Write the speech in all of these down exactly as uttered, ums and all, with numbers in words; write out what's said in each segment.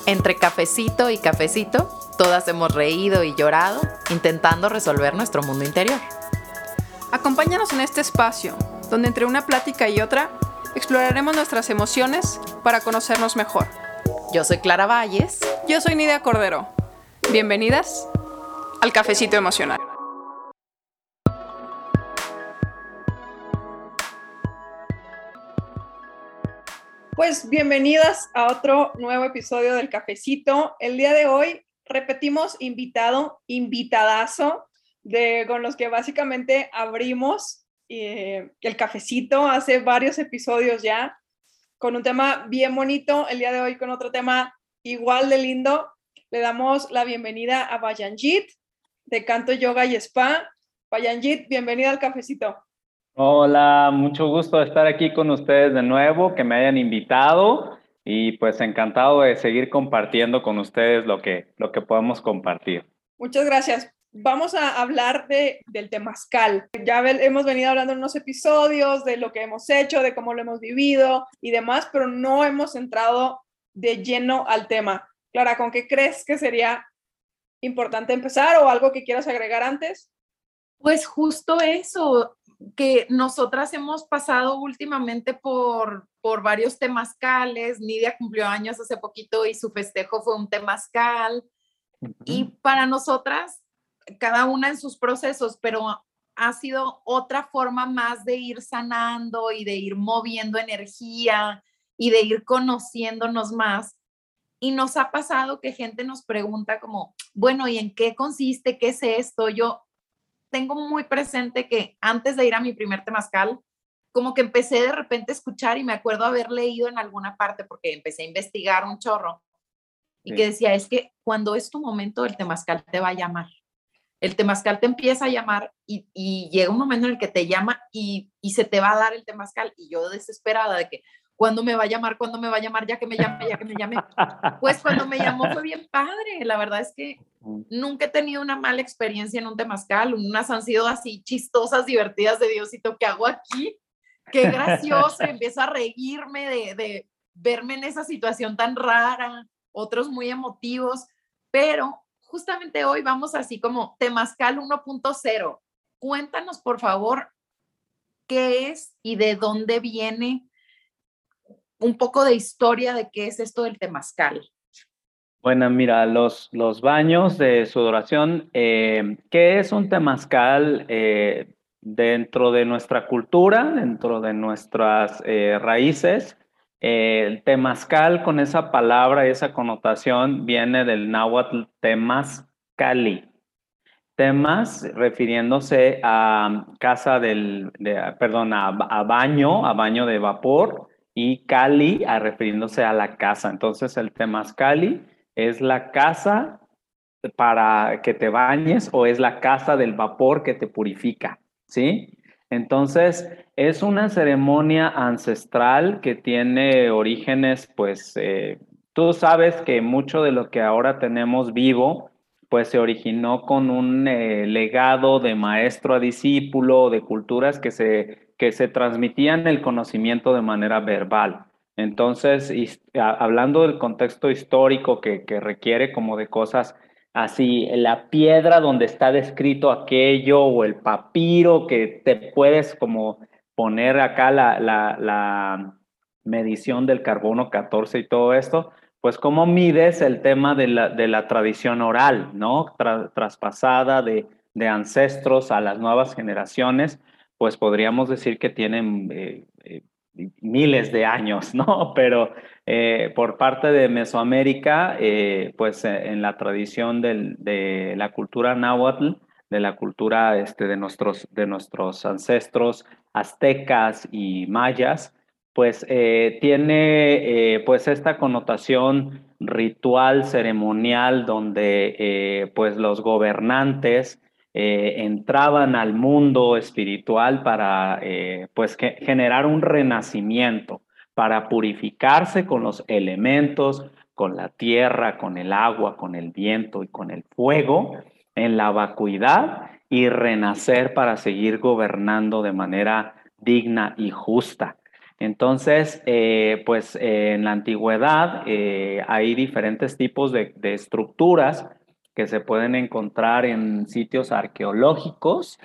Entre cafecito y cafecito, todas hemos reído y llorado intentando resolver nuestro mundo interior. Acompáñanos en este espacio, donde entre una plática y otra, exploraremos nuestras emociones para conocernos mejor. Yo soy Clara Valles. Yo soy Nidia Cordero. Bienvenidas al Cafecito Emocional. Pues bienvenidas a otro nuevo episodio del Cafecito. El día de hoy repetimos invitado, invitadazo, de, con los que básicamente abrimos eh, el Cafecito hace varios episodios ya, con un tema bien bonito. El día de hoy con otro tema igual de lindo. Le damos la bienvenida a Bayanjit, de Canto Yoga y Spa. Bayanjit, bienvenida al Cafecito. Hola, mucho gusto de estar aquí con ustedes de nuevo, que me hayan invitado y pues encantado de seguir compartiendo con ustedes lo que, lo que podemos compartir. Muchas gracias. Vamos a hablar de, del temazcal. Ya ve, hemos venido hablando en unos episodios de lo que hemos hecho, de cómo lo hemos vivido y demás, pero no hemos entrado de lleno al tema. Clara, ¿con qué crees que sería importante empezar o algo que quieras agregar antes? Pues justo eso, que nosotras hemos pasado últimamente por, por varios temazcales. Nidia cumplió años hace poquito y su festejo fue un temazcal. Uh-huh. Y para nosotras, cada una en sus procesos, pero ha sido otra forma más de ir sanando y de ir moviendo energía y de ir conociéndonos más. Y nos ha pasado que gente nos pregunta como, bueno, ¿y en qué consiste? ¿Qué es esto? Yo tengo muy presente que antes de ir a mi primer temazcal, como que empecé de repente a escuchar y me acuerdo haber leído en alguna parte porque empecé a investigar un chorro y sí. Que decía, es que cuando es tu momento, el temazcal te va a llamar. El temazcal te empieza a llamar y, y llega un momento en el que te llama y, y se te va a dar el temazcal. Y yo desesperada de que, ¿cuándo me va a llamar? ¿Cuándo me va a llamar? Ya que me llame, ya que me llame. Pues cuando me llamó fue bien padre. La verdad es que nunca he tenido una mala experiencia en un temazcal. Unas han sido así chistosas, divertidas de Diosito, ¿qué hago aquí? Qué gracioso. Y empiezo a reírme de, de verme en esa situación tan rara. Otros muy emotivos. Pero justamente hoy vamos así como temazcal uno punto cero. Cuéntanos, por favor, qué es y de dónde viene, un poco de historia de qué es esto del temazcal. Bueno, mira, los, los baños de sudoración, eh, ¿qué es un temazcal eh, dentro de nuestra cultura, dentro de nuestras eh, raíces? Eh, el temazcal, con esa palabra y esa connotación, viene del náhuatl temazcali. Temas refiriéndose a casa del, de, perdón, a, a baño, a baño de vapor, y cali a refiriéndose a la casa. Entonces el temazcali es la casa para que te bañes o es la casa del vapor que te purifica, ¿sí? Entonces es una ceremonia ancestral que tiene orígenes, pues eh, tú sabes que mucho de lo que ahora tenemos vivo pues se originó con un eh, legado de maestro a discípulo, de culturas que se, que se transmitían el conocimiento de manera verbal. Entonces, y, a, hablando del contexto histórico que, que requiere como de cosas así, la piedra donde está descrito aquello o el papiro que te puedes como poner acá la, la, la medición del carbono catorce y todo esto, pues cómo mides el tema de la, de la tradición oral, ¿no? Tra, traspasada de, de ancestros a las nuevas generaciones, pues podríamos decir que tienen eh, eh, miles de años, ¿no? Pero eh, por parte de Mesoamérica, eh, pues eh, en la tradición del, de la cultura náhuatl, de la cultura este, de, nuestros, de nuestros ancestros aztecas y mayas, pues eh, tiene eh, pues esta connotación ritual, ceremonial, donde eh, pues los gobernantes eh, entraban al mundo espiritual para eh, pues que, generar un renacimiento, para purificarse con los elementos, con la tierra, con el agua, con el viento y con el fuego, en la vacuidad y renacer para seguir gobernando de manera digna y justa. Entonces, eh, pues eh, en la antigüedad eh, hay diferentes tipos de, de estructuras que se pueden encontrar en sitios arqueológicos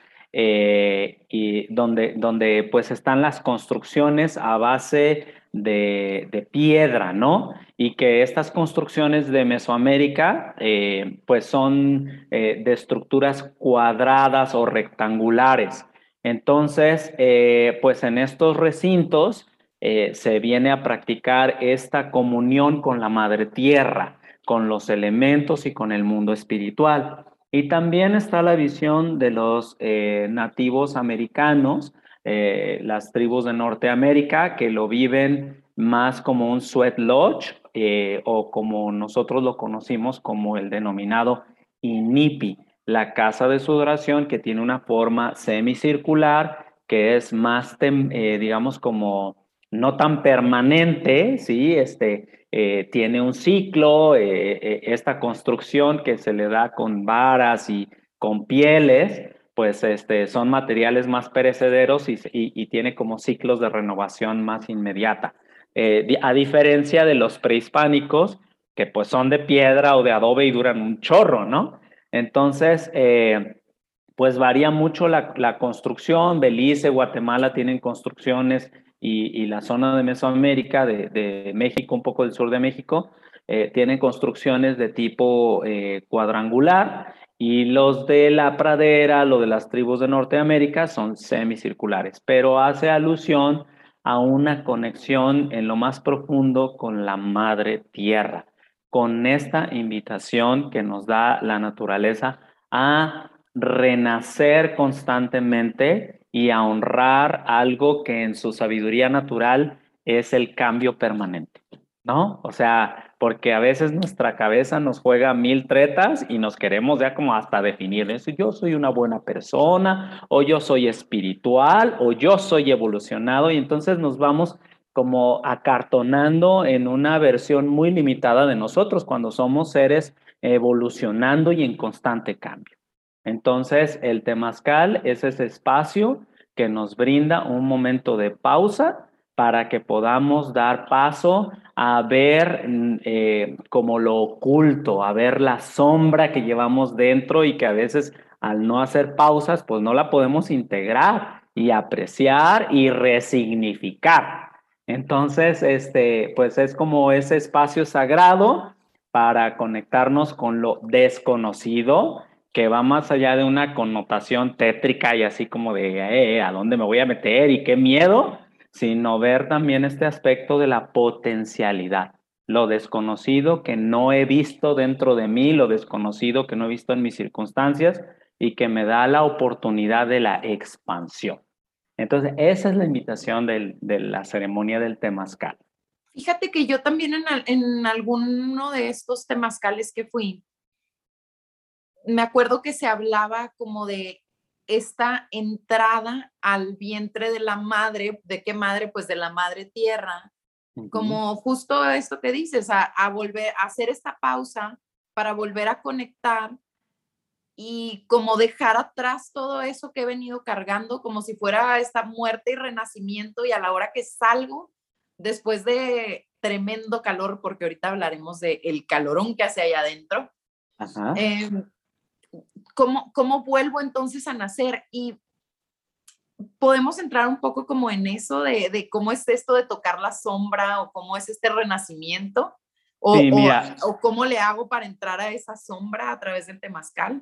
eh, y donde, donde pues están las construcciones a base de, de piedra, ¿no? Y que estas construcciones de Mesoamérica eh, pues son eh, de estructuras cuadradas o rectangulares. Entonces, eh, pues en estos recintos eh, se viene a practicar esta comunión con la Madre Tierra, con los elementos y con el mundo espiritual. Y también está la visión de los eh, nativos americanos, eh, las tribus de Norteamérica, que lo viven más como un sweat lodge eh, o como nosotros lo conocimos como el denominado inipi, la casa de sudoración que tiene una forma semicircular, que es más, eh, digamos, como no tan permanente, ¿sí? Este, eh, tiene un ciclo, eh, eh, esta construcción que se le da con varas y con pieles, pues este, son materiales más perecederos y, y, y tiene como ciclos de renovación más inmediata. Eh, a diferencia de los prehispánicos, que pues son de piedra o de adobe y duran un chorro, ¿no? Entonces, eh, pues varía mucho la, la, construcción. Belice, Guatemala tienen construcciones y, y la zona de Mesoamérica, de, de, México, un poco del sur de México, eh, tienen construcciones de tipo eh, cuadrangular y los de la pradera, lo de las tribus de Norteamérica son semicirculares, pero hace alusión a una conexión en lo más profundo con la madre tierra, con esta invitación que nos da la naturaleza a renacer constantemente y a honrar algo que en su sabiduría natural es el cambio permanente, ¿no? O sea, porque a veces nuestra cabeza nos juega mil tretas y nos queremos ya como hasta definir eso. Yo soy una buena persona, o yo soy espiritual, o yo soy evolucionado, y entonces nos vamos como acartonando en una versión muy limitada de nosotros cuando somos seres evolucionando y en constante cambio. Entonces, el temazcal es ese espacio que nos brinda un momento de pausa para que podamos dar paso a ver eh, como lo oculto, a ver la sombra que llevamos dentro y que a veces al no hacer pausas, pues no la podemos integrar y apreciar y resignificar. Entonces, este, pues es como ese espacio sagrado para conectarnos con lo desconocido, que va más allá de una connotación tétrica y así como de eh, ¿a dónde me voy a meter y qué miedo? Sino ver también este aspecto de la potencialidad, lo desconocido que no he visto dentro de mí, lo desconocido que no he visto en mis circunstancias y que me da la oportunidad de la expansión. Entonces, esa es la invitación del, de la ceremonia del temazcal. Fíjate que yo también en, en alguno de estos temazcales que fui, me acuerdo que se hablaba como de esta entrada al vientre de la madre. ¿De qué madre? Pues de la madre tierra. Uh-huh. Como justo esto que dices, a, a volver a hacer esta pausa para volver a conectar y como dejar atrás todo eso que he venido cargando, como si fuera esta muerte y renacimiento, y a la hora que salgo, después de tremendo calor, porque ahorita hablaremos del de calorón que hace allá adentro, uh-huh. eh, ¿cómo, ¿cómo vuelvo entonces a nacer? Y podemos entrar un poco como en eso de, de cómo es esto de tocar la sombra, o cómo es este renacimiento, o, sí, mira. o, o cómo le hago para entrar a esa sombra a través del temazcal.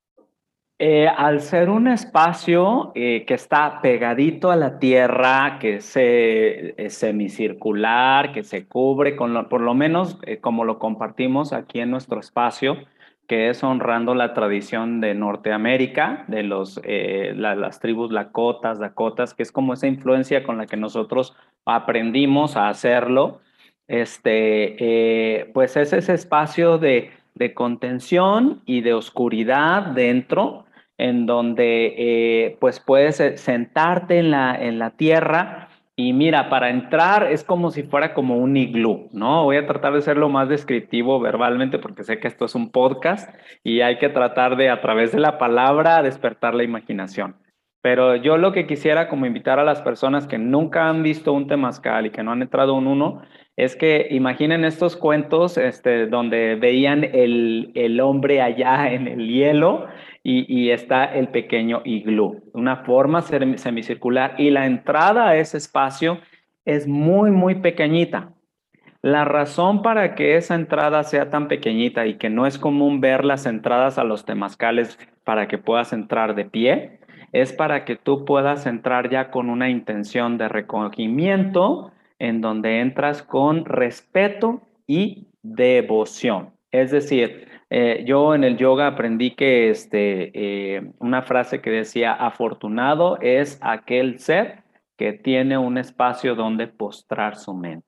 Eh, al ser un espacio eh, que está pegadito a la tierra, que es, eh, es semicircular, que se cubre, con lo, por lo menos eh, como lo compartimos aquí en nuestro espacio, que es honrando la tradición de Norteamérica, de los, eh, la, las tribus Lakotas, Dakotas, que es como esa influencia con la que nosotros aprendimos a hacerlo, este, eh, pues es ese espacio de, de contención y de oscuridad dentro, en donde eh, pues puedes sentarte en la, en la tierra y mira, para entrar es como si fuera como un iglú, ¿no? Voy a tratar de ser lo más descriptivo verbalmente porque sé que esto es un podcast y hay que tratar de a través de la palabra despertar la imaginación. Pero yo lo que quisiera como invitar a las personas que nunca han visto un temazcal y que no han entrado en uno, es que imaginen estos cuentos este, donde veían el, el hombre allá en el hielo y, y está el pequeño iglú, una forma semicircular, y la entrada a ese espacio es muy, muy pequeñita. La razón para que esa entrada sea tan pequeñita y que no es común ver las entradas a los temazcales para que puedas entrar de pie, es para que tú puedas entrar ya con una intención de recogimiento en donde entras con respeto y devoción. Es decir, eh, yo en el yoga aprendí que este, eh, una frase que decía, afortunado es aquel ser que tiene un espacio donde postrar su mente.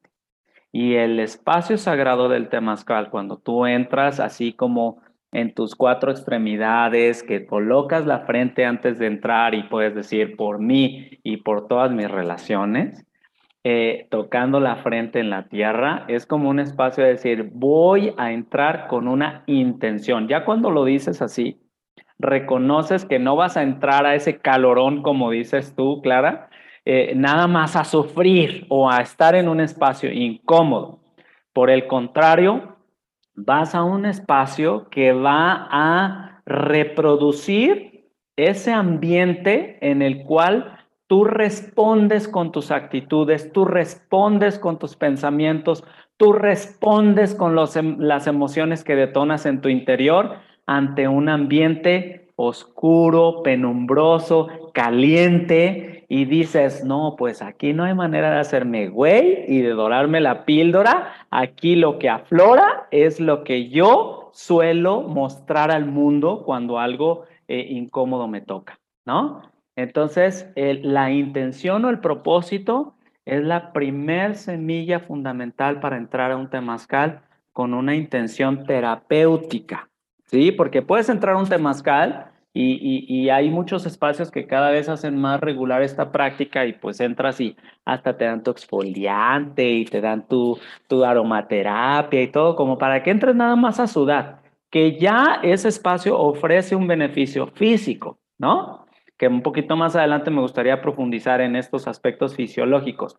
Y el espacio sagrado del temazcal, cuando tú entras así como en tus cuatro extremidades, que colocas la frente antes de entrar y puedes decir por mí y por todas mis relaciones, eh, tocando la frente en la tierra, es como un espacio de decir, voy a entrar con una intención. Ya cuando lo dices así, reconoces que no vas a entrar a ese calorón, como dices tú, Clara, eh, nada más a sufrir o a estar en un espacio incómodo. Por el contrario, vas a un espacio que va a reproducir ese ambiente en el cual tú respondes con tus actitudes, tú respondes con tus pensamientos, tú respondes con los, las emociones que detonas en tu interior ante un ambiente oscuro, penumbroso, caliente, y dices, no, pues aquí no hay manera de hacerme güey y de dorarme la píldora, aquí lo que aflora es lo que yo suelo mostrar al mundo cuando algo eh, incómodo me toca, ¿no? Entonces, el, la intención o el propósito es la primer semilla fundamental para entrar a un temazcal con una intención terapéutica. Sí, porque puedes entrar a un temazcal y, y, y hay muchos espacios que cada vez hacen más regular esta práctica y pues entras y hasta te dan tu exfoliante y te dan tu, tu aromaterapia y todo, como para que entres nada más a sudar, que ya ese espacio ofrece un beneficio físico, ¿no? Que un poquito más adelante me gustaría profundizar en estos aspectos fisiológicos.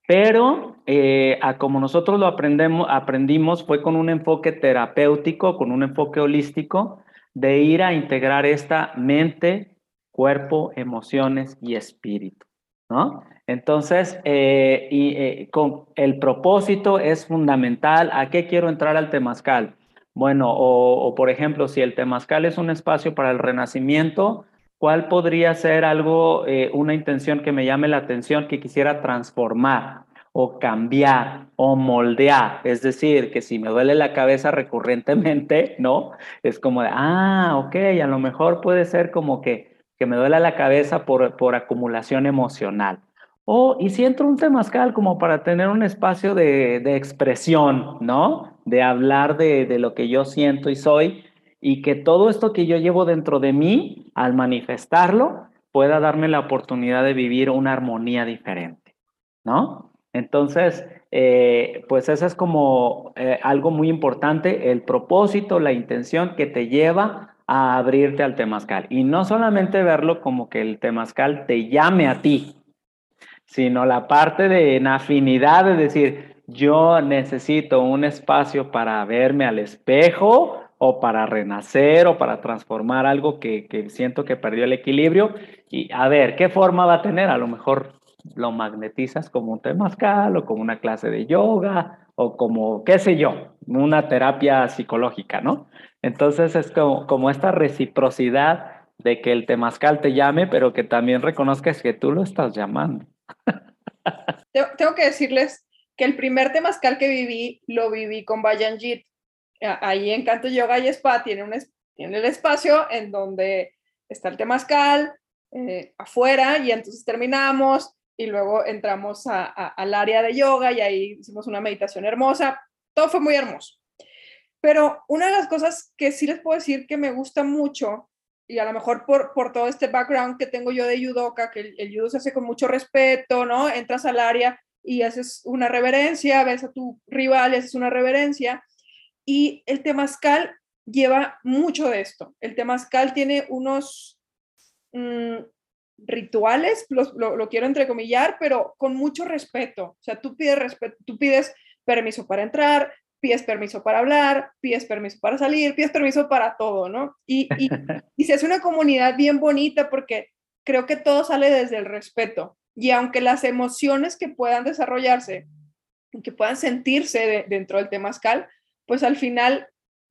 Pero eh, a como nosotros lo aprendemos, aprendimos fue con un enfoque terapéutico, con un enfoque holístico, de ir a integrar esta mente, cuerpo, emociones y espíritu, ¿no? Entonces, eh, y, eh, con el propósito es fundamental. ¿A qué quiero entrar al temazcal? Bueno, o, o por ejemplo, si el temazcal es un espacio para el renacimiento, ¿cuál podría ser algo, eh, una intención que me llame la atención, que quisiera transformar o cambiar o moldear? Es decir, que si me duele la cabeza recurrentemente, ¿no? Es como de, ah, ok, a lo mejor puede ser como que, que me duele la cabeza por, por acumulación emocional. O, y si entro un temazcal como para tener un espacio de, de expresión, ¿no? De hablar de, de lo que yo siento y soy, y que todo esto que yo llevo dentro de mí, al manifestarlo, pueda darme la oportunidad de vivir una armonía diferente, ¿no? Entonces, eh, pues eso es como eh, algo muy importante, el propósito, la intención que te lleva a abrirte al temazcal. Y no solamente verlo como que el temazcal te llame a ti, sino la parte de en afinidad de decir, yo necesito un espacio para verme al espejo o para renacer o para transformar algo que, que siento que perdió el equilibrio, y a ver, ¿qué forma va a tener? A lo mejor lo magnetizas como un temazcal o como una clase de yoga o como, qué sé yo, una terapia psicológica, ¿no? Entonces es como, como esta reciprocidad de que el temazcal te llame, pero que también reconozcas que tú lo estás llamando. Tengo que decirles que el primer temazcal que viví, lo viví con Bayanjit. Ahí en Canto Yoga y Spa tiene, un, tiene el espacio en donde está el temazcal eh, afuera, y entonces terminamos y luego entramos a, a, al área de yoga y ahí hicimos una meditación hermosa. Todo fue muy hermoso. Pero una de las cosas que sí les puedo decir que me gusta mucho, y a lo mejor por, por todo este background que tengo yo de judoka, que el, el judo se hace con mucho respeto, ¿no? Entras al área y haces una reverencia, ves a tu rival y haces una reverencia, y el temazcal lleva mucho de esto. El temazcal tiene unos, mmm, rituales, los, lo, lo quiero entrecomillar, pero con mucho respeto. O sea, tú pides, respeto, tú pides permiso para entrar, pides permiso para hablar, pides permiso para salir, pides permiso para todo, ¿no? Y, y, y se hace una comunidad bien bonita porque creo que todo sale desde el respeto. Y aunque las emociones que puedan desarrollarse, que puedan sentirse de, dentro del temazcal, pues al final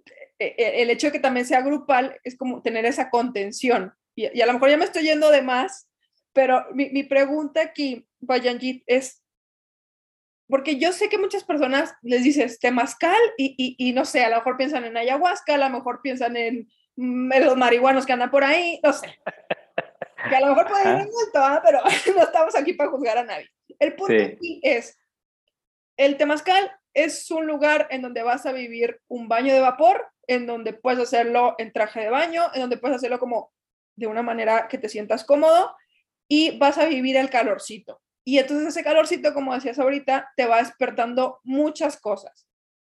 el hecho de que también sea grupal es como tener esa contención. Y, y a lo mejor ya me estoy yendo de más, pero mi, mi pregunta aquí, Bayanjit, es, porque yo sé que muchas personas les dices temazcal y, y, y no sé, a lo mejor piensan en ayahuasca, a lo mejor piensan en, en los marihuanos que andan por ahí, no sé. Que a lo mejor puede ir en alto, ¿eh? Pero no estamos aquí para juzgar a nadie. El punto sí. aquí es, el temazcal es un lugar en donde vas a vivir un baño de vapor, en donde puedes hacerlo en traje de baño, en donde puedes hacerlo como de una manera que te sientas cómodo y vas a vivir el calorcito. Y entonces ese calorcito, como decías ahorita, te va despertando muchas cosas.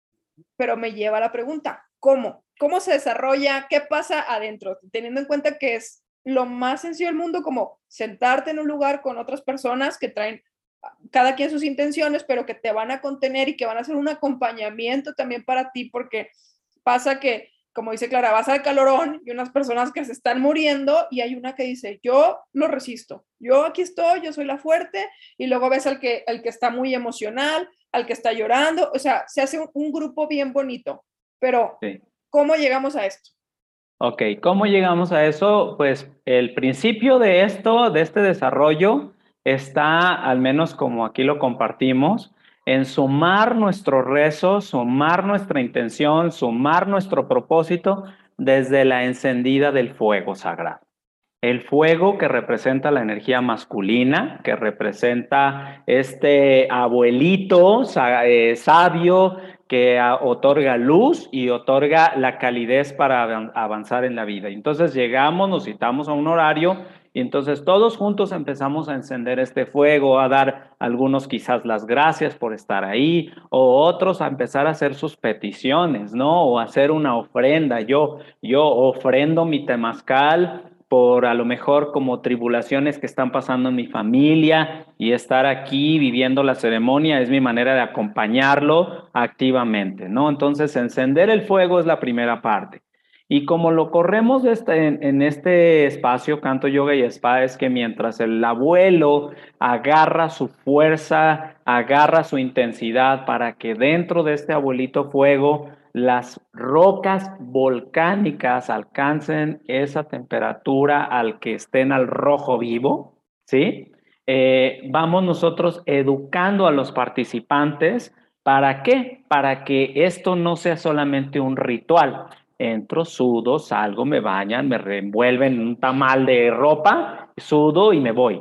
Pero me lleva a la pregunta, ¿cómo? ¿Cómo se desarrolla? ¿Qué pasa adentro? Teniendo en cuenta que es lo más sencillo del mundo, como sentarte en un lugar con otras personas que traen cada quien sus intenciones, pero que te van a contener y que van a hacer un acompañamiento también para ti, porque pasa que, como dice Clara, vas al calorón y unas personas que se están muriendo y hay una que dice, yo lo resisto, yo aquí estoy, yo soy la fuerte, y luego ves al que, al que está muy emocional, al que está llorando, o sea, se hace un, un grupo bien bonito, pero sí. ¿Cómo llegamos a esto? Ok, ¿cómo llegamos a eso? Pues el principio de esto, de este desarrollo, está, al menos como aquí lo compartimos, en sumar nuestro rezo, sumar nuestra intención, sumar nuestro propósito desde la encendida del fuego sagrado. El fuego que representa la energía masculina, que representa este abuelito eh, sabio que a, otorga luz y otorga la calidez para avanzar en la vida. Entonces llegamos, nos citamos a un horario y entonces todos juntos empezamos a encender este fuego, a dar algunos quizás las gracias por estar ahí, o otros a empezar a hacer sus peticiones, ¿no? O hacer una ofrenda. Yo, yo ofrendo mi temazcal por a lo mejor como tribulaciones que están pasando en mi familia, y estar aquí viviendo la ceremonia es mi manera de acompañarlo activamente, ¿no? Entonces, encender el fuego es la primera parte. Y como lo corremos este, en, en este espacio, Canto Yoga y Spa, es que mientras el abuelo agarra su fuerza, agarra su intensidad para que dentro de este abuelito fuego las rocas volcánicas alcancen esa temperatura al que estén al rojo vivo, ¿sí? Eh, vamos nosotros educando a los participantes. ¿Para qué? Para que esto no sea solamente un ritual. Entro, sudo, salgo, me bañan, me revuelven en un tamal de ropa, sudo y me voy.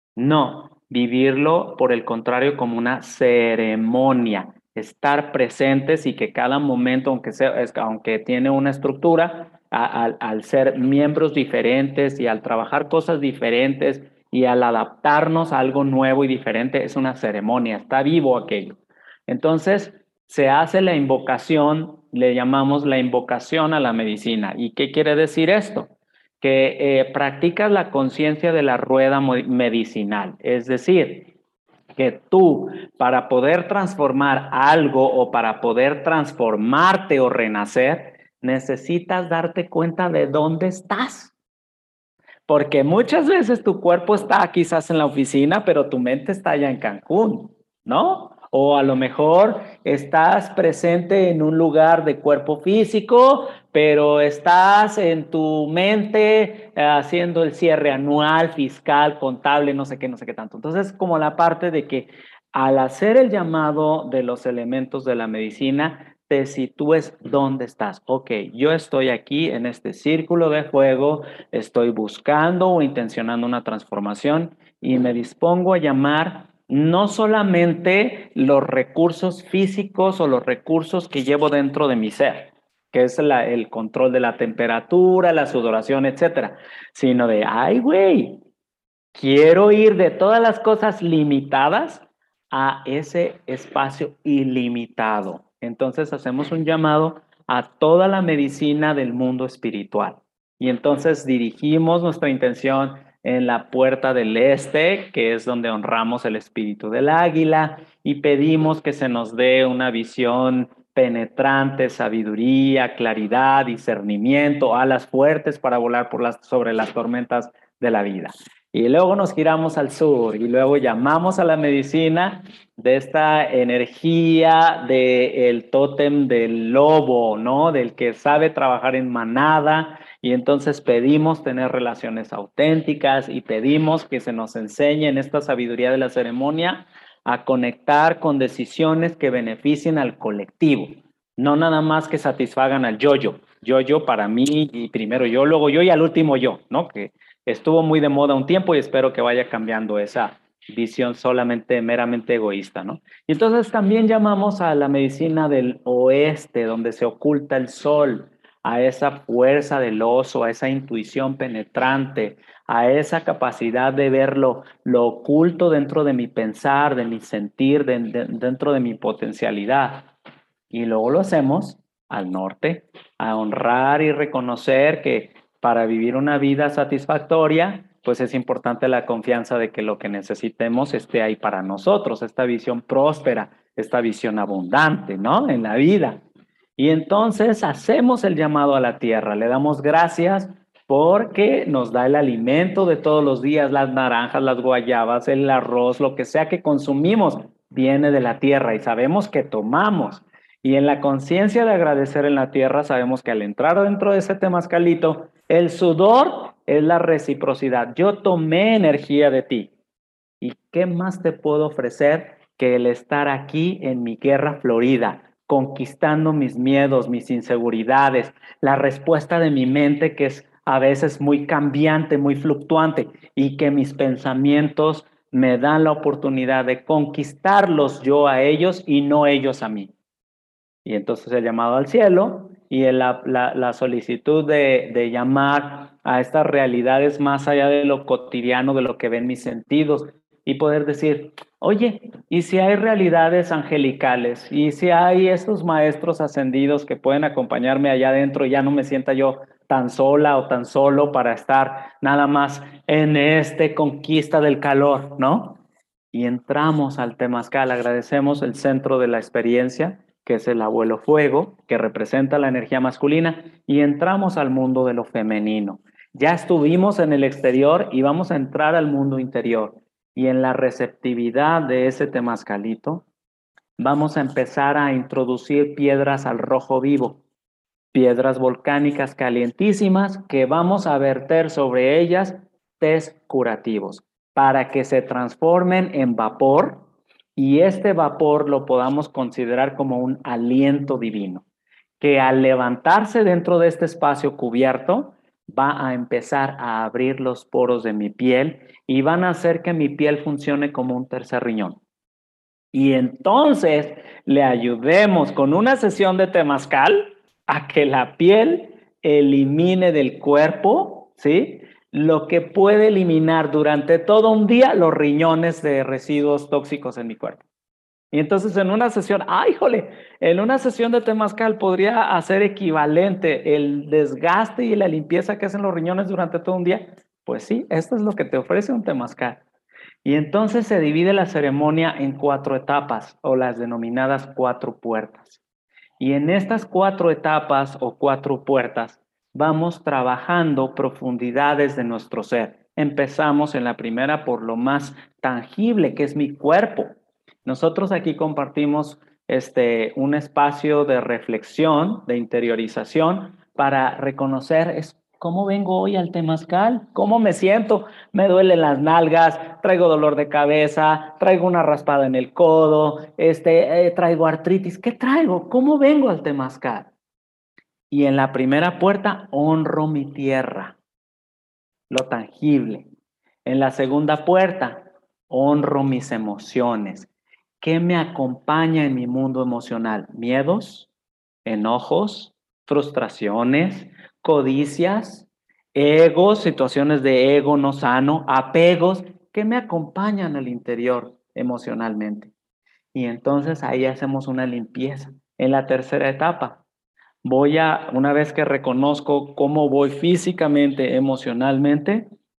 No, vivirlo por el contrario como una ceremonia. Estar presentes y que cada momento, aunque, sea, aunque tiene una estructura, a, a, al ser miembros diferentes y al trabajar cosas diferentes y al adaptarnos a algo nuevo y diferente, es una ceremonia, está vivo aquello. Entonces, se hace la invocación, le llamamos la invocación a la medicina. ¿Y qué quiere decir esto? Que eh, practicas la conciencia de la rueda medicinal, es decir, que tú, para poder transformar algo o para poder transformarte o renacer, necesitas darte cuenta de dónde estás. Porque muchas veces tu cuerpo está quizás en la oficina, pero tu mente está allá en Cancún, ¿no? O a lo mejor estás presente en un lugar de cuerpo físico, pero estás en tu mente eh, haciendo el cierre anual, fiscal, contable, no sé qué, no sé qué tanto. Entonces, como la parte de que al hacer el llamado de los elementos de la medicina, te sitúes dónde estás. Ok, yo estoy aquí en este círculo de fuego, estoy buscando o intencionando una transformación y me dispongo a llamar no solamente los recursos físicos o los recursos que llevo dentro de mi ser, que es la, el control de la temperatura, la sudoración, etcétera, sino de, ay, güey, quiero ir de todas las cosas limitadas a ese espacio ilimitado. Entonces hacemos un llamado a toda la medicina del mundo espiritual. Y entonces dirigimos nuestra intención en la puerta del este, que es donde honramos el espíritu del águila, y pedimos que se nos dé una visión penetrante, sabiduría, claridad, discernimiento, alas fuertes para volar por las, sobre las tormentas de la vida. Y luego nos giramos al sur y luego llamamos a la medicina de esta energía del tótem del lobo, ¿no? Del que sabe trabajar en manada, y entonces pedimos tener relaciones auténticas y pedimos que se nos enseñe en esta sabiduría de la ceremonia a conectar con decisiones que beneficien al colectivo, no nada más que satisfagan al yo-yo. Yo-yo para mí, y primero yo, luego yo y al último yo, ¿no? Que estuvo muy de moda un tiempo y espero que vaya cambiando esa visión solamente meramente egoísta, ¿no? Y entonces también llamamos a la medicina del oeste, donde se oculta el sol, a esa fuerza del oso, a esa intuición penetrante, a esa capacidad de ver lo, lo oculto dentro de mi pensar, de mi sentir, de, de, dentro de mi potencialidad. Y luego lo hacemos al norte, a honrar y reconocer que para vivir una vida satisfactoria, pues es importante la confianza de que lo que necesitemos esté ahí para nosotros, esta visión próspera, esta visión abundante, ¿no? En la vida. Y entonces hacemos el llamado a la tierra, le damos gracias porque nos da el alimento de todos los días, las naranjas, las guayabas, el arroz, lo que sea que consumimos, viene de la tierra y sabemos que tomamos. Y en la conciencia de agradecer en la tierra, sabemos que al entrar dentro de ese temazcalito, el sudor es la reciprocidad. Yo tomé energía de ti. ¿Y qué más te puedo ofrecer que el estar aquí en mi guerra florida, conquistando mis miedos, mis inseguridades, la respuesta de mi mente que es a veces muy cambiante, muy fluctuante, y que mis pensamientos me dan la oportunidad de conquistarlos yo a ellos y no ellos a mí? Y entonces el llamado al cielo y la, la, la solicitud de, de llamar a estas realidades más allá de lo cotidiano, de lo que ven mis sentidos, y poder decir, oye, ¿y si hay realidades angelicales? ¿Y si hay estos maestros ascendidos que pueden acompañarme allá adentro y ya no me sienta yo tan sola o tan solo para estar nada más en este conquista del calor, ¿no? Y entramos al temazcal, agradecemos el centro de la experiencia, que es el abuelo fuego, que representa la energía masculina, y entramos al mundo de lo femenino. Ya estuvimos en el exterior y vamos a entrar al mundo interior. Y en la receptividad de ese temazcalito, vamos a empezar a introducir piedras al rojo vivo, piedras volcánicas calientísimas que vamos a verter sobre ellas tés curativos para que se transformen en vapor, y este vapor lo podamos considerar como un aliento divino, que al levantarse dentro de este espacio cubierto, va a empezar a abrir los poros de mi piel y van a hacer que mi piel funcione como un tercer riñón. Y entonces le ayudemos con una sesión de temazcal a que la piel elimine del cuerpo, ¿sí?, lo que puede eliminar durante todo un día los riñones de residuos tóxicos en mi cuerpo. Y entonces en una sesión, ¡ay, jole! En una sesión de temazcal podría hacer equivalente el desgaste y la limpieza que hacen los riñones durante todo un día. Pues sí, esto es lo que te ofrece un temazcal. Y entonces se divide la ceremonia en cuatro etapas, o las denominadas cuatro puertas. Y en estas cuatro etapas o cuatro puertas vamos trabajando profundidades de nuestro ser. Empezamos en la primera por lo más tangible, que es mi cuerpo. Nosotros aquí compartimos este, un espacio de reflexión, de interiorización, para reconocer es, cómo vengo hoy al temazcal, cómo me siento, me duelen las nalgas, traigo dolor de cabeza, traigo una raspada en el codo, este, eh, traigo artritis, ¿qué traigo? ¿Cómo vengo al temazcal? Y en la primera puerta honro mi tierra, lo tangible. En la segunda puerta honro mis emociones. ¿Qué me acompaña en mi mundo emocional? Miedos, enojos, frustraciones, codicias, egos, situaciones de ego no sano, apegos, que me acompañan al interior emocionalmente. Y entonces ahí hacemos una limpieza. En la tercera etapa, voy a, una vez que reconozco cómo voy físicamente, emocionalmente,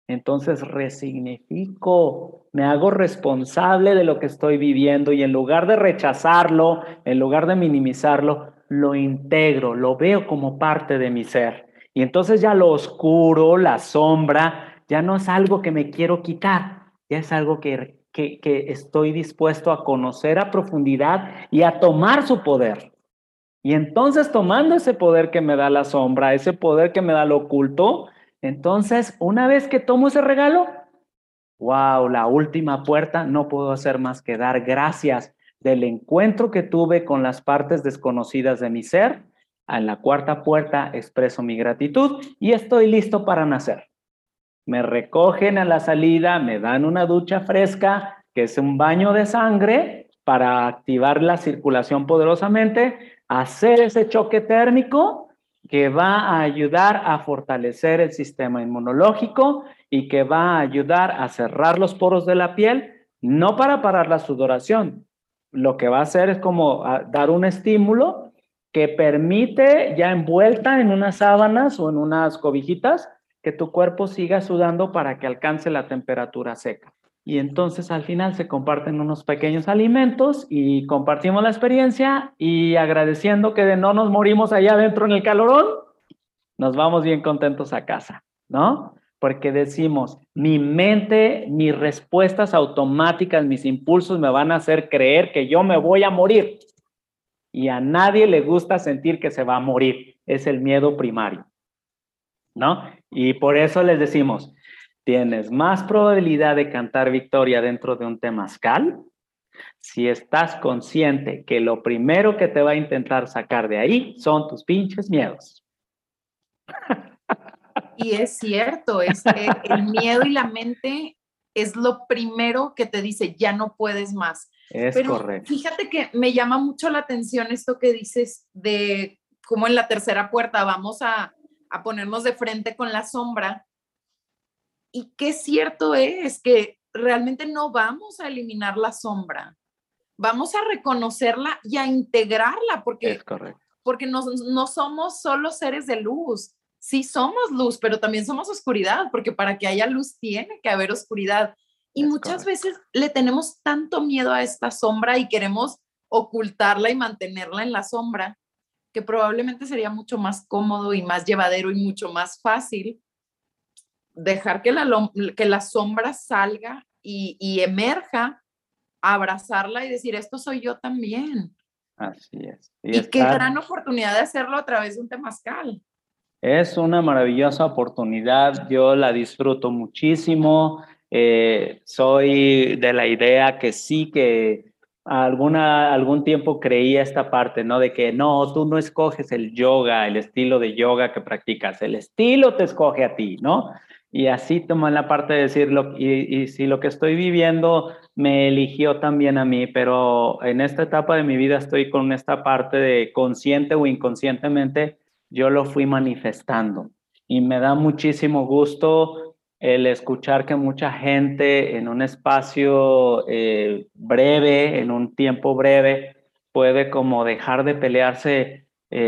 Entonces resignifico, me hago responsable de lo que estoy viviendo y en lugar de rechazarlo, en lugar de minimizarlo, lo integro, lo veo como parte de mi ser. Y entonces ya lo oscuro, la sombra, ya no es algo que me quiero quitar, ya es algo que, que, que estoy dispuesto a conocer a profundidad y a tomar su poder. Y entonces tomando ese poder que me da la sombra, ese poder que me da lo oculto, entonces una vez que tomo ese regalo, wow, la última puerta, no puedo hacer más que dar gracias del encuentro que tuve con las partes desconocidas de mi ser. En la cuarta puerta expreso mi gratitud y estoy listo para nacer. Me recogen a la salida, me dan una ducha fresca, que es un baño de sangre para activar la circulación poderosamente, hacer ese choque térmico que va a ayudar a fortalecer el sistema inmunológico y que va a ayudar a cerrar los poros de la piel, no para parar la sudoración. Lo que va a hacer es como dar un estímulo que permite, ya envuelta en unas sábanas o en unas cobijitas, que tu cuerpo siga sudando para que alcance la temperatura seca. Y entonces al final se comparten unos pequeños alimentos y compartimos la experiencia y agradeciendo que no nos morimos allá adentro en el calorón, nos vamos bien contentos a casa, ¿no? Porque decimos, mi mente, mis respuestas automáticas, mis impulsos me van a hacer creer que yo me voy a morir. Y a nadie le gusta sentir que se va a morir. Es el miedo primario, ¿no? Y por eso les decimos, tienes más probabilidad de cantar victoria dentro de un temazcal si estás consciente que lo primero que te va a intentar sacar de ahí son tus pinches miedos. Y es cierto, es eh, el miedo y la mente es lo primero que te dice, ya no puedes más. Es Pero correcto. Fíjate que me llama mucho la atención esto que dices de cómo en la tercera puerta vamos a, a ponernos de frente con la sombra. Y qué cierto es que realmente no vamos a eliminar la sombra, vamos a reconocerla y a integrarla, porque, es correcto. porque no, no somos solo seres de luz. Sí somos luz, pero también somos oscuridad, porque para que haya luz tiene que haber oscuridad. Y Es muchas correcto. veces le tenemos tanto miedo a esta sombra y queremos ocultarla y mantenerla en la sombra, que probablemente sería mucho más cómodo y más llevadero y mucho más fácil dejar que la, que la sombra salga y, y emerja, abrazarla y decir, esto soy yo también. Así es. Y, y qué gran oportunidad de hacerlo a través de un temazcal. Es una maravillosa oportunidad, yo la disfruto muchísimo, eh, soy de la idea que sí que alguna, algún tiempo creía esta parte, ¿no? De que no, tú no escoges el yoga, el estilo de yoga que practicas, el estilo te escoge a ti, ¿no? Y así tomo la parte de decirlo, y, y si lo que estoy viviendo me eligió también a mí, pero en esta etapa de mi vida estoy con esta parte de consciente o inconscientemente, yo lo fui manifestando y me da muchísimo gusto el escuchar que mucha gente en un espacio eh, breve, en un tiempo breve, puede como dejar de pelearse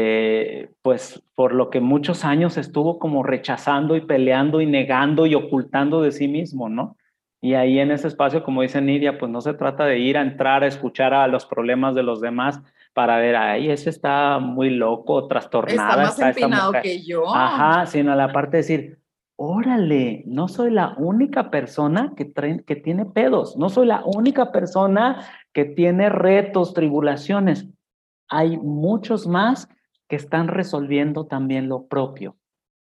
eh, pues por lo que muchos años estuvo como rechazando y peleando y negando y ocultando de sí mismo, ¿no? Y ahí en ese espacio, como dice Nidia, pues no se trata de ir a entrar a escuchar a los problemas de los demás, para ver, ay, ese está muy loco, trastornada. Está más está empinado esta mujer. que yo. Ajá, sino la parte de decir, órale, no soy la única persona que, trae, que tiene pedos, no soy la única persona que tiene retos, tribulaciones. Hay muchos más que están resolviendo también lo propio,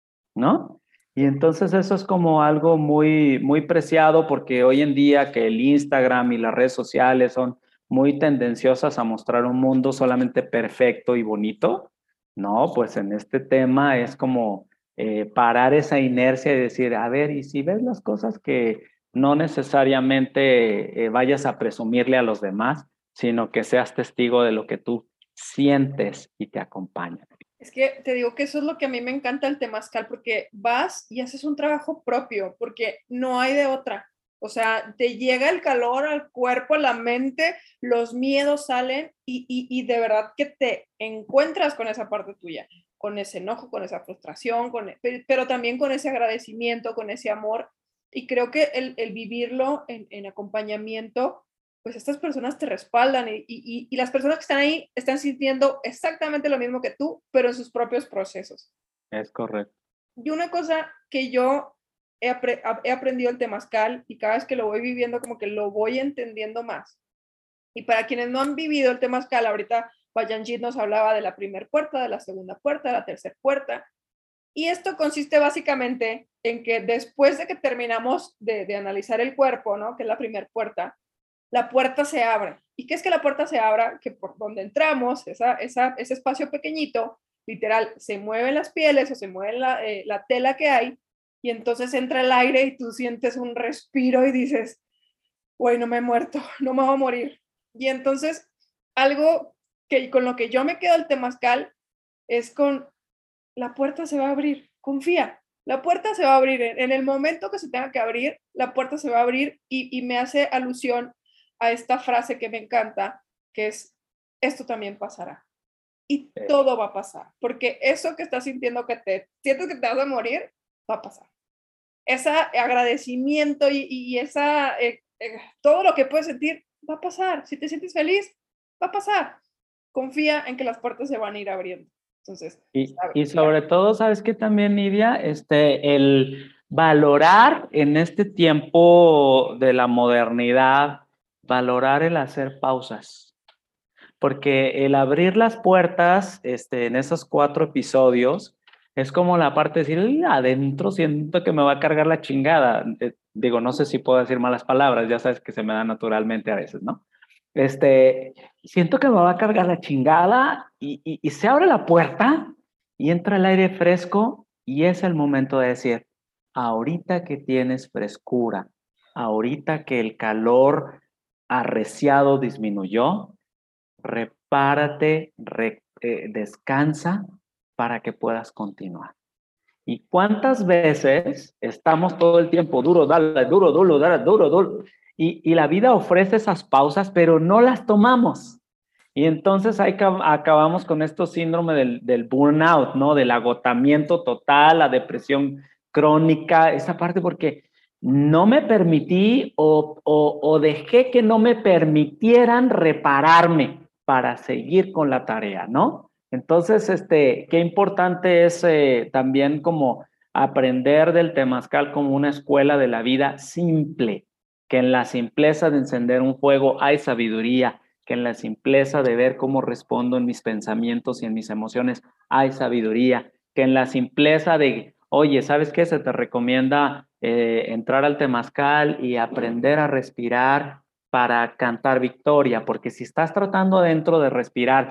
¿no? Y entonces eso es como algo muy, muy preciado porque hoy en día que el Instagram y las redes sociales son muy tendenciosas a mostrar un mundo solamente perfecto y bonito, no, pues en este tema es como eh, parar esa inercia y decir, a ver, y si ves las cosas que no necesariamente eh, vayas a presumirle a los demás, sino que seas testigo de lo que tú sientes y te acompaña. Es que te digo que eso es lo que a mí me encanta el temazcal, porque vas y haces un trabajo propio, porque no hay de otra. O sea, te llega el calor al cuerpo, a la mente, los miedos salen y, y, y de verdad que te encuentras con esa parte tuya, con ese enojo, con esa frustración, con, pero también con ese agradecimiento, con ese amor. y creo que el, el vivirlo en, en acompañamiento, pues estas personas te respaldan y, y, y las personas que están ahí están sintiendo exactamente lo mismo que tú, pero en sus propios procesos. Es correcto. Y una cosa que yo he, apre he aprendido el temazcal y cada vez que lo voy viviendo como que lo voy entendiendo más. Y para quienes no han vivido el temazcal, ahorita Bayanjit nos hablaba de la primera puerta, de la segunda puerta, de la tercera puerta. Y esto consiste básicamente en que después de que terminamos de, de analizar el cuerpo, ¿no? Que es la primera puerta, la puerta se abre. ¿Y qué es que la puerta se abra? Que por donde entramos, esa, esa, ese espacio pequeñito, literal, se mueven las pieles o se mueve la, eh, la tela que hay y entonces entra el aire y tú sientes un respiro y dices, güey, no me he muerto, no me voy a morir. Y entonces, algo que con lo que yo me quedo el temazcal es con la puerta se va a abrir, confía, la puerta se va a abrir, en el momento que se tenga que abrir, la puerta se va a abrir y, y me hace alusión a esta frase que me encanta, que es, esto también pasará. Y todo va a pasar, porque eso que estás sintiendo que te, sientes que te vas a morir, va a pasar. Ese agradecimiento y, y esa, eh, eh, todo lo que puedes sentir, va a pasar. Si te sientes feliz, va a pasar. Confía en que las puertas se van a ir abriendo. Entonces, y, y sobre todo, ¿sabes qué también, Nidia? Este, el valorar en este tiempo de la modernidad, valorar el hacer pausas. Porque el abrir las puertas este, en esos cuatro episodios es como la parte de decir, adentro siento que me va a cargar la chingada. Eh, digo, no sé si puedo decir malas palabras, ya sabes que se me da naturalmente a veces, ¿no? Este, siento que me va a cargar la chingada y, y, y se abre la puerta y entra el aire fresco y es el momento de decir, ahorita que tienes frescura, ahorita que el calor arreciado disminuyó, repárate, re, eh, descansa para que puedas continuar. ¿Y cuántas veces estamos todo el tiempo duro, dale, duro, duro, dale, duro, duro? Y, y la vida ofrece esas pausas, pero no las tomamos. Y entonces ahí acabamos con estos síndrome del, del burnout, ¿no? Del agotamiento total, la depresión crónica, esa parte porque no me permití o, o, o dejé que no me permitieran repararme para seguir con la tarea, ¿no? Entonces, este, qué importante es eh, también como aprender del temazcal como una escuela de la vida simple, que en la simpleza de encender un fuego hay sabiduría, que en la simpleza de ver cómo respondo en mis pensamientos y en mis emociones hay sabiduría, que en la simpleza de, oye, ¿sabes qué? Se te recomienda eh, entrar al temazcal y aprender a respirar para cantar victoria, porque si estás tratando dentro de respirar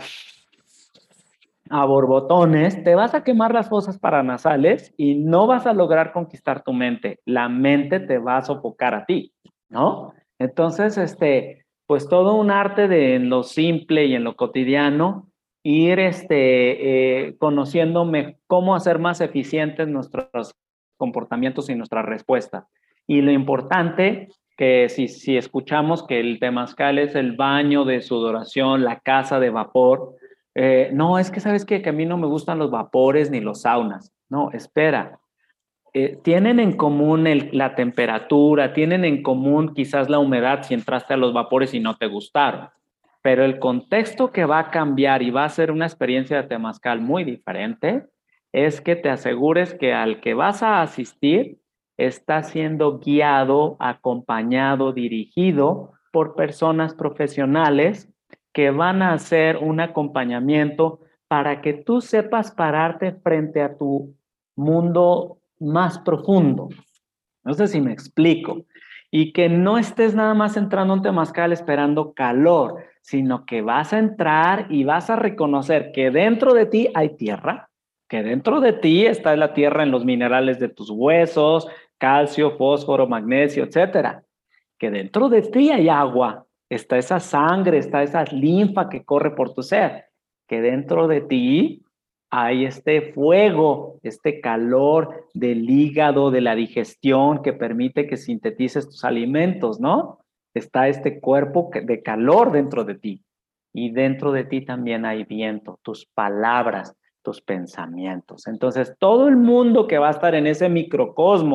a borbotones, te vas a quemar las fosas paranasales y no vas a lograr conquistar tu mente. La mente te va a sofocar a ti, ¿no? Entonces, este, pues todo un arte de en lo simple y en lo cotidiano, ir este, eh, conociéndome cómo hacer más eficientes nuestros comportamientos y nuestras respuestas. Y lo importante que si, si escuchamos que el temazcal es el baño de sudoración, la casa de vapor, eh, no, es que sabes qué? Que a mí no me gustan los vapores ni los saunas. No, espera. Eh, tienen en común el, la temperatura, tienen en común quizás la humedad si entraste a los vapores y no te gustaron. Pero el contexto que va a cambiar y va a ser una experiencia de temazcal muy diferente es que te asegures que al que vas a asistir está siendo guiado, acompañado, dirigido por personas profesionales que van a hacer un acompañamiento para que tú sepas pararte frente a tu mundo más profundo. No sé si me explico. Y que no estés nada más entrando a un temazcal esperando calor, sino que vas a entrar y vas a reconocer que dentro de ti hay tierra, que dentro de ti está la tierra en los minerales de tus huesos, calcio, fósforo, magnesio, etcétera. Que dentro de ti hay agua, está esa sangre, está esa linfa que corre por tu ser. Que dentro de ti hay este fuego, este calor del hígado, de la digestión que permite que sintetices tus alimentos, ¿no? Está este cuerpo de calor dentro de ti. Y dentro de ti también hay viento, tus palabras, tus pensamientos. Entonces, todo el mundo que va a estar en ese microcosmos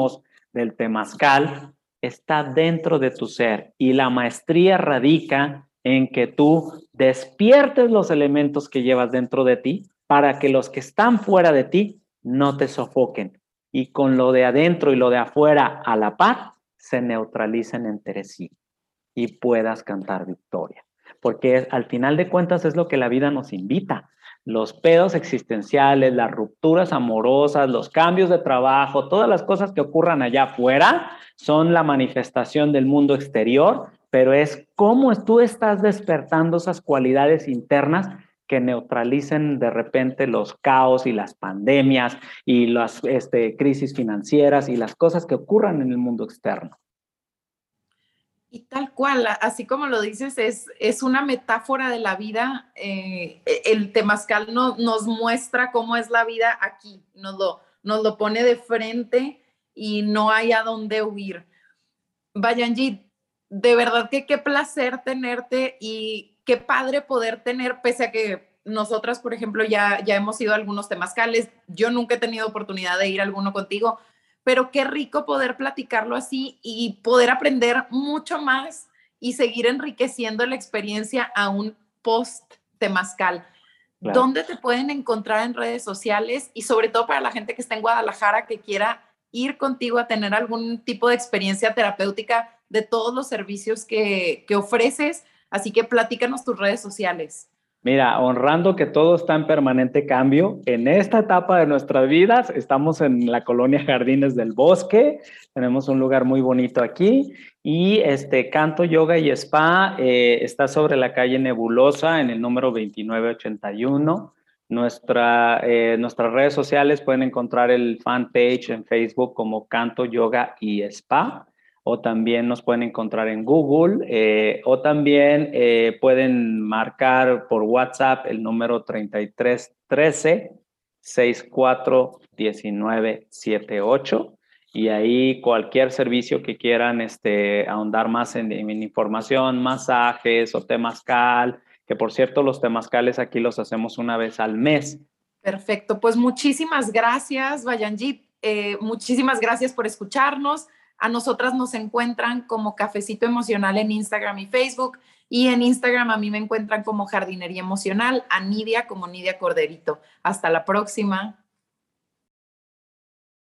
del temazcal está dentro de tu ser y la maestría radica en que tú despiertes los elementos que llevas dentro de ti para que los que están fuera de ti no te sofoquen y con lo de adentro y lo de afuera a la par se neutralicen entre sí y puedas cantar victoria. Porque al final de cuentas es lo que la vida nos invita. Los pedos existenciales, las rupturas amorosas, los cambios de trabajo, todas las cosas que ocurran allá afuera son la manifestación del mundo exterior, pero es cómo tú estás despertando esas cualidades internas que neutralicen de repente los caos y las pandemias y las este, crisis financieras y las cosas que ocurran en el mundo externo. Y tal cual, así como lo dices, es, es una metáfora de la vida. Eh, el temazcal no, nos muestra cómo es la vida aquí, nos lo, nos lo pone de frente y no hay a dónde huir. Bayanjit, de verdad que qué placer tenerte y qué padre poder tener, pese a que nosotras, por ejemplo, ya, ya hemos ido a algunos temazcales, yo nunca he tenido oportunidad de ir a alguno contigo, pero qué rico poder platicarlo así y poder aprender mucho más y seguir enriqueciendo la experiencia a un post-temazcal. Claro. ¿Dónde te pueden encontrar en redes sociales? Y sobre todo para la gente que está en Guadalajara, que quiera ir contigo a tener algún tipo de experiencia terapéutica de todos los servicios que, que ofreces. Así que platícanos tus redes sociales. Mira, honrando que todo está en permanente cambio, en esta etapa de nuestras vidas estamos en la colonia Jardines del Bosque, tenemos un lugar muy bonito aquí y este Canto Yoga y Spa eh, está sobre la calle Nebulosa en el número veintinueve ochenta y uno. Nuestra, eh, nuestras redes sociales pueden encontrar el fanpage en Facebook como Canto Yoga y Spa. O también nos pueden encontrar en Google, eh, o también eh, pueden marcar por WhatsApp el número treinta y tres trece sesenta y cuatro diecinueve setenta y ocho y ahí cualquier servicio que quieran este, ahondar más en, en información, masajes o temazcal, que por cierto los temazcales aquí los hacemos una vez al mes. Perfecto, pues muchísimas gracias, Bayanjit, eh, muchísimas gracias por escucharnos. A nosotras nos encuentran como Cafecito Emocional en Instagram y Facebook. Y en Instagram a mí me encuentran como Jardinería Emocional, a Nidia como Nidia Corderito. Hasta la próxima.